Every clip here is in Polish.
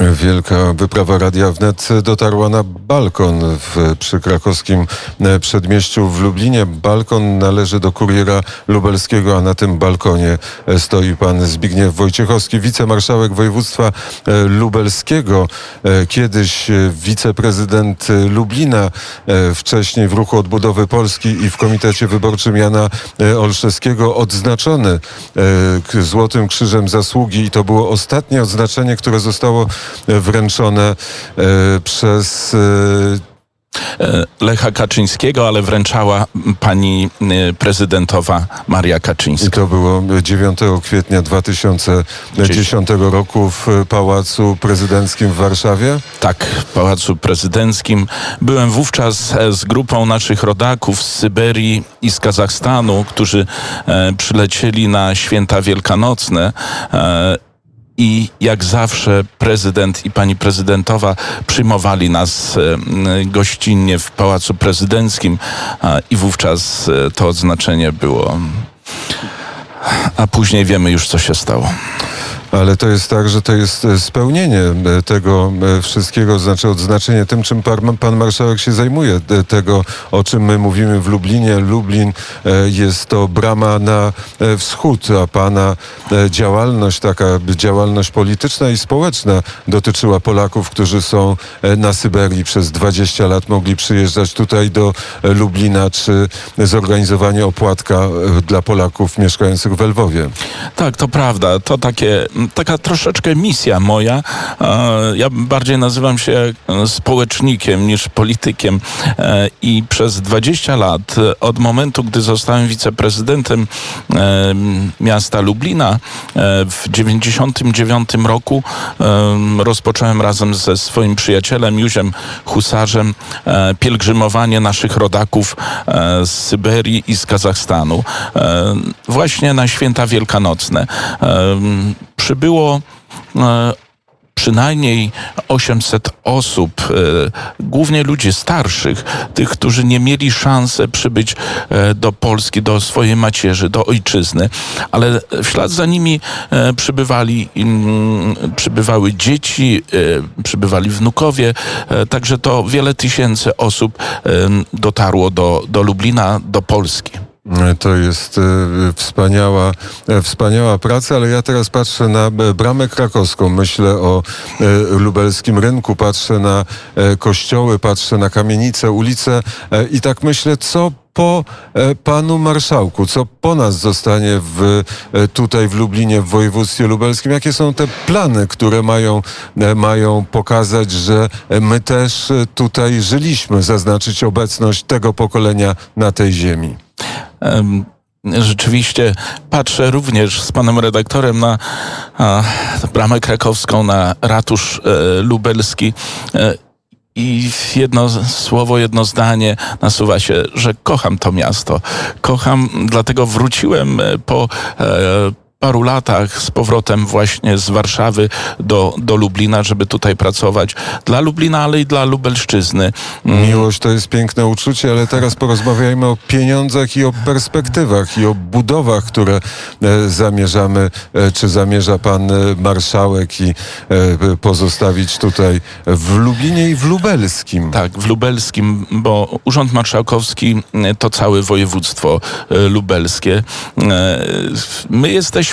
Wielka wyprawa Radia Wnet dotarła na balkon przy krakowskim przedmieściu w Lublinie. Balkon należy do kuriera lubelskiego, a na tym balkonie stoi pan Zbigniew Wojciechowski, wicemarszałek województwa lubelskiego, kiedyś wiceprezydent Lublina, wcześniej w Ruchu Odbudowy Polski i w Komitecie Wyborczym Jana Olszewskiego, odznaczony Złotym Krzyżem Zasługi, i to było ostatnie odznaczenie, które zostało wręczone przez Lecha Kaczyńskiego, ale wręczała pani prezydentowa Maria Kaczyńska. I to było 9 kwietnia 2010 roku w Pałacu Prezydenckim w Warszawie? Tak, w Pałacu Prezydenckim. Byłem wówczas z grupą naszych rodaków z Syberii i z Kazachstanu, którzy przylecieli na święta wielkanocne. I jak zawsze prezydent i pani prezydentowa przyjmowali nas gościnnie w Pałacu Prezydenckim i wówczas to odznaczenie było. A później wiemy już, co się stało. Ale to jest tak, że to jest spełnienie tego wszystkiego, znaczy odznaczenie tym, czym pan marszałek się zajmuje, tego, o czym my mówimy w Lublinie. Lublin jest to brama na wschód, a pana działalność, taka działalność polityczna i społeczna dotyczyła Polaków, którzy są na Syberii przez 20 lat, mogli przyjeżdżać tutaj do Lublina, czy zorganizowanie opłatka dla Polaków mieszkających w Lwowie. Tak, to prawda. To taka troszeczkę misja moja. Ja bardziej nazywam się społecznikiem niż politykiem i przez 20 lat od momentu, gdy zostałem wiceprezydentem miasta Lublina w 1999 roku rozpocząłem razem ze swoim przyjacielem Józiem Husarzem pielgrzymowanie naszych rodaków z Syberii i z Kazachstanu właśnie na święta wielkanocne. Przybyło przynajmniej 800 osób, głównie ludzi starszych, tych, którzy nie mieli szansy przybyć do Polski, do swojej macierzy, do ojczyzny, ale w ślad za nimi przybywały dzieci, przybywali wnukowie, także to wiele tysięcy osób dotarło do Lublina, do Polski. To jest wspaniała praca, ale ja teraz patrzę na Bramę Krakowską, myślę o lubelskim rynku, patrzę na kościoły, patrzę na kamienice, ulice i tak myślę, co po panu marszałku, co po nas zostanie tutaj w Lublinie, w województwie lubelskim? Jakie są te plany, które mają pokazać, że my też tutaj żyliśmy, zaznaczyć obecność tego pokolenia na tej ziemi? Rzeczywiście patrzę również z panem redaktorem na Bramę Krakowską, na ratusz lubelski i jedno słowo, jedno zdanie nasuwa się, że kocham to miasto. Kocham, dlatego wróciłem po paru latach z powrotem właśnie z Warszawy do Lublina, żeby tutaj pracować dla Lublina, ale i dla Lubelszczyzny. Miłość to jest piękne uczucie, ale teraz porozmawiajmy o pieniądzach i o perspektywach i o budowach, które zamierza pan marszałek i pozostawić tutaj w Lublinie i w Lubelskim. Tak, w Lubelskim, bo Urząd Marszałkowski to całe województwo lubelskie. My jesteśmy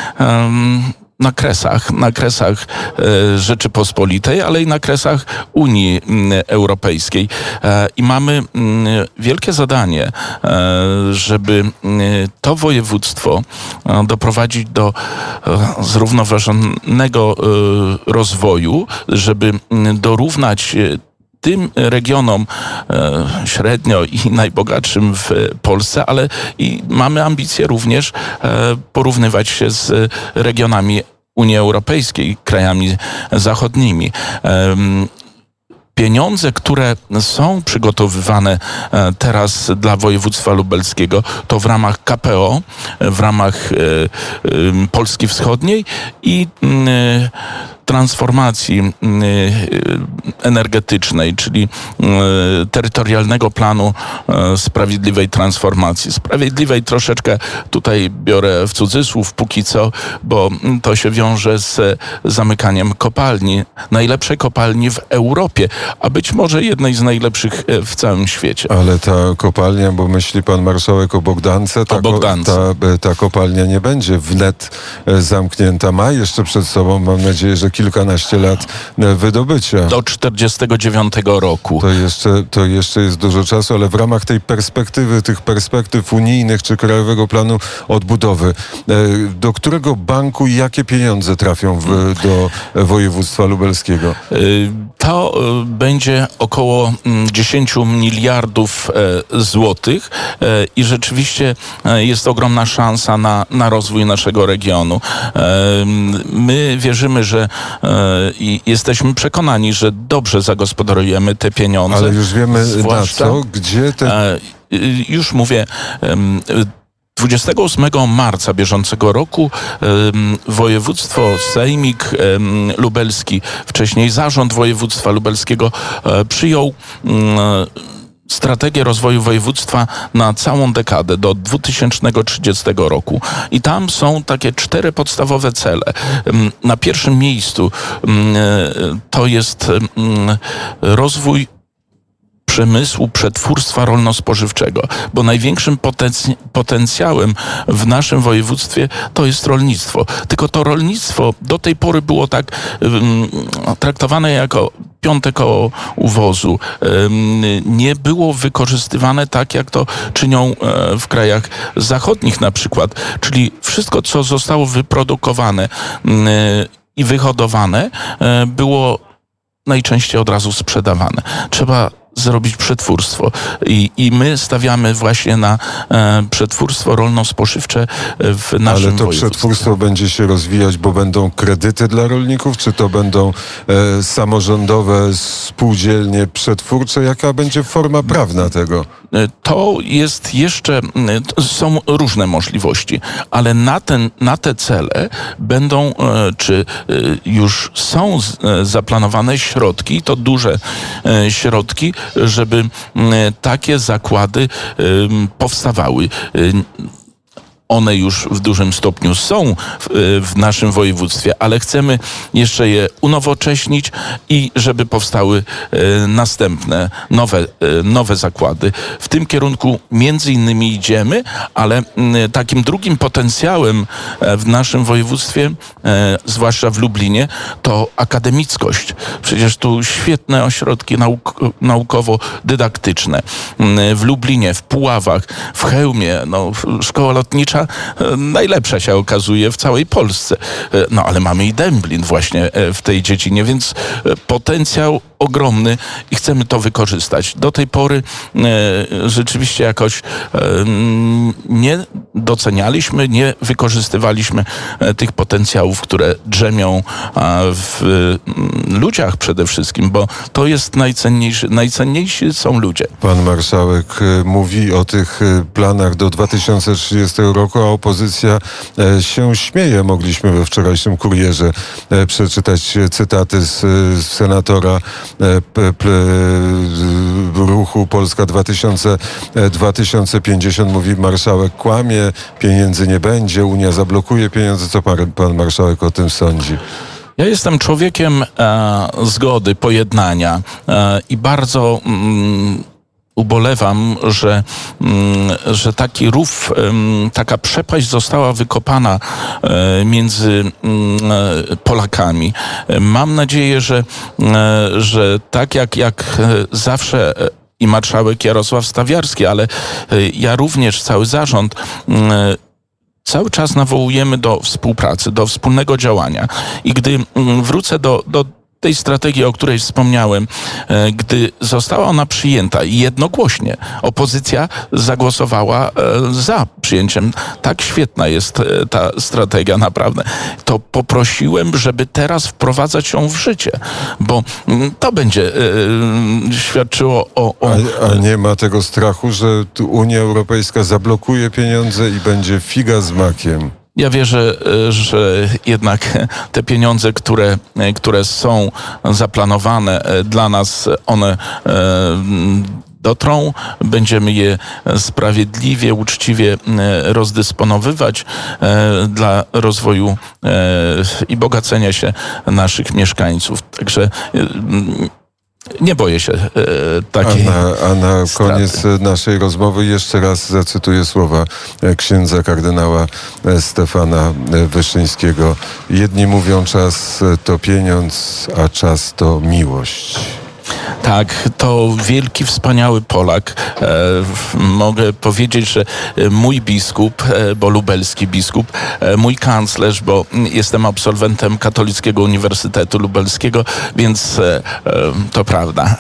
na kresach Rzeczypospolitej, ale i na kresach Unii Europejskiej. I mamy wielkie zadanie, żeby to województwo doprowadzić do zrównoważonego rozwoju, żeby dorównać tym regionom średnio i najbogatszym w Polsce, ale i mamy ambicje również porównywać się z regionami Unii Europejskiej, krajami zachodnimi. Pieniądze, które są przygotowywane teraz dla województwa lubelskiego, to w ramach KPO, w ramach Polski Wschodniej i transformacji energetycznej, czyli terytorialnego planu sprawiedliwej transformacji. Sprawiedliwej troszeczkę tutaj biorę w cudzysłów póki co, bo to się wiąże z zamykaniem kopalni. Najlepszej kopalni w Europie, a być może jednej z najlepszych w całym świecie. Ale ta kopalnia, bo myśli pan marszałek o Bogdance, ta kopalnia nie będzie wnet zamknięta. Ma jeszcze przed sobą, mam nadzieję, że kilkanaście lat wydobycia. Do 49 roku. To jeszcze jest dużo czasu, ale w ramach tej perspektywy, tych perspektyw unijnych czy Krajowego Planu Odbudowy, do którego banku i jakie pieniądze trafią do województwa lubelskiego? To będzie około 10 miliardów złotych i rzeczywiście jest ogromna szansa na rozwój naszego regionu. My wierzymy, że i jesteśmy przekonani, że dobrze zagospodarujemy te pieniądze. Ale już wiemy na co, gdzie te... Już mówię... 28 marca bieżącego roku województwo, sejmik lubelski, wcześniej zarząd województwa lubelskiego przyjął strategię rozwoju województwa na całą dekadę do 2030 roku. I tam są takie 4 podstawowe cele. Na pierwszym miejscu to jest rozwój przemysłu, przetwórstwa rolno-spożywczego, bo największym potencjałem w naszym województwie to jest rolnictwo. Tylko to rolnictwo do tej pory było tak traktowane jako piąte koło uwozu. Nie było wykorzystywane tak, jak to czynią w krajach zachodnich na przykład. Czyli wszystko, co zostało wyprodukowane i wyhodowane, było najczęściej od razu sprzedawane. Trzeba zrobić przetwórstwo. I my stawiamy właśnie na przetwórstwo rolno-spożywcze w naszym województwie. Ale to przetwórstwo będzie się rozwijać, bo będą kredyty dla rolników, czy to będą samorządowe spółdzielnie przetwórcze? Jaka będzie forma prawna tego? To jest jeszcze, są różne możliwości, ale na te cele będą, czy już są zaplanowane środki, to duże środki, żeby takie zakłady powstawały. One już w dużym stopniu są w naszym województwie, ale chcemy jeszcze je unowocześnić i żeby powstały następne, nowe zakłady. W tym kierunku między innymi idziemy, ale takim drugim potencjałem w naszym województwie, zwłaszcza w Lublinie, to akademickość. Przecież tu świetne ośrodki naukowo-dydaktyczne. W Lublinie, w Puławach, w Chełmie, szkoła lotnicza najlepsza się okazuje w całej Polsce. Ale mamy i Dęblin właśnie w tej dziedzinie, więc potencjał ogromny i chcemy to wykorzystać. Do tej pory rzeczywiście jakoś nie docenialiśmy, nie wykorzystywaliśmy tych potencjałów, które drzemią w ludziach przede wszystkim, bo to jest najcenniejszy. Najcenniejsi są ludzie. Pan marszałek mówi o tych planach do 2030 roku, a opozycja się śmieje. Mogliśmy we wczorajszym Kurierze przeczytać cytaty z senatora ruchu Polska 2050. Mówi, marszałek kłamie, pieniędzy nie będzie, Unia zablokuje pieniądze. Co pan marszałek o tym sądzi? Ja jestem człowiekiem zgody, pojednania i bardzo ubolewam, że taki rów, taka przepaść została wykopana między Polakami. Mam nadzieję, że tak jak zawsze i marszałek Jarosław Stawiarski, ale ja również, cały zarząd, cały czas nawołujemy do współpracy, do wspólnego działania. I gdy wrócę do tej strategii, o której wspomniałem, gdy została ona przyjęta i jednogłośnie opozycja zagłosowała za przyjęciem. Tak świetna jest ta strategia, naprawdę. To poprosiłem, żeby teraz wprowadzać ją w życie, bo to będzie świadczyło o... A nie ma tego strachu, że Unia Europejska zablokuje pieniądze i będzie figa z makiem? Ja wierzę, że jednak te pieniądze, które są zaplanowane dla nas, one dotrą, będziemy je sprawiedliwie, uczciwie rozdysponowywać dla rozwoju i bogacenia się naszych mieszkańców. Także nie boję się takiej A na straty. koniec naszej rozmowy jeszcze raz zacytuję słowa księdza kardynała Stefana Wyszyńskiego. Jedni mówią, czas to pieniądz, a czas to miłość. Tak, to wielki, wspaniały Polak. Mogę powiedzieć, że mój biskup, bo lubelski biskup, mój kanclerz, bo jestem absolwentem Katolickiego Uniwersytetu Lubelskiego, więc to prawda.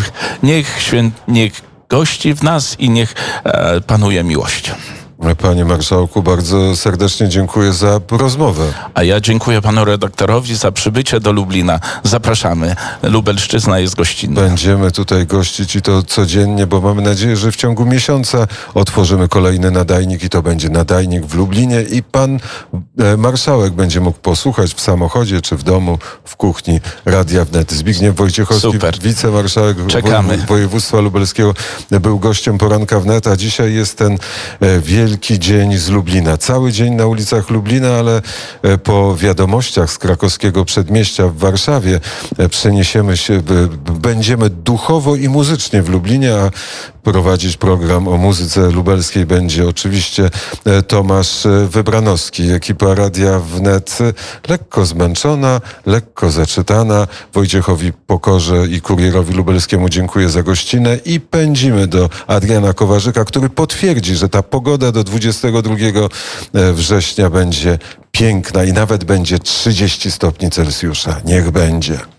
Niech gości w nas i niech panuje miłość. Panie marszałku, bardzo serdecznie dziękuję za rozmowę. A ja dziękuję panu redaktorowi za przybycie do Lublina. Zapraszamy. Lubelszczyzna jest gościnna. Będziemy tutaj gościć i to codziennie, bo mamy nadzieję, że w ciągu miesiąca otworzymy kolejny nadajnik i to będzie nadajnik w Lublinie i pan marszałek będzie mógł posłuchać w samochodzie czy w domu, w kuchni Radia Wnet. Zbigniew Wojciechowski, Super. wicemarszałek Czekamy. województwa lubelskiego, był gościem poranka Wnet, a dzisiaj jest ten wielki dzień z Lublina. Cały dzień na ulicach Lublina, ale po wiadomościach z krakowskiego przedmieścia w Warszawie przeniesiemy się, będziemy duchowo i muzycznie w Lublinie, a prowadzić program o muzyce lubelskiej będzie oczywiście Tomasz Wybranowski. Ekipa Radia Wnet lekko zmęczona, lekko zaczytana. Wojciechowi Pokorze i Kurierowi Lubelskiemu dziękuję za gościnę i pędzimy do Adriana Kowarzyka, który potwierdzi, że ta pogoda do 22 września będzie piękna i nawet będzie 30 stopni Celsjusza. Niech będzie.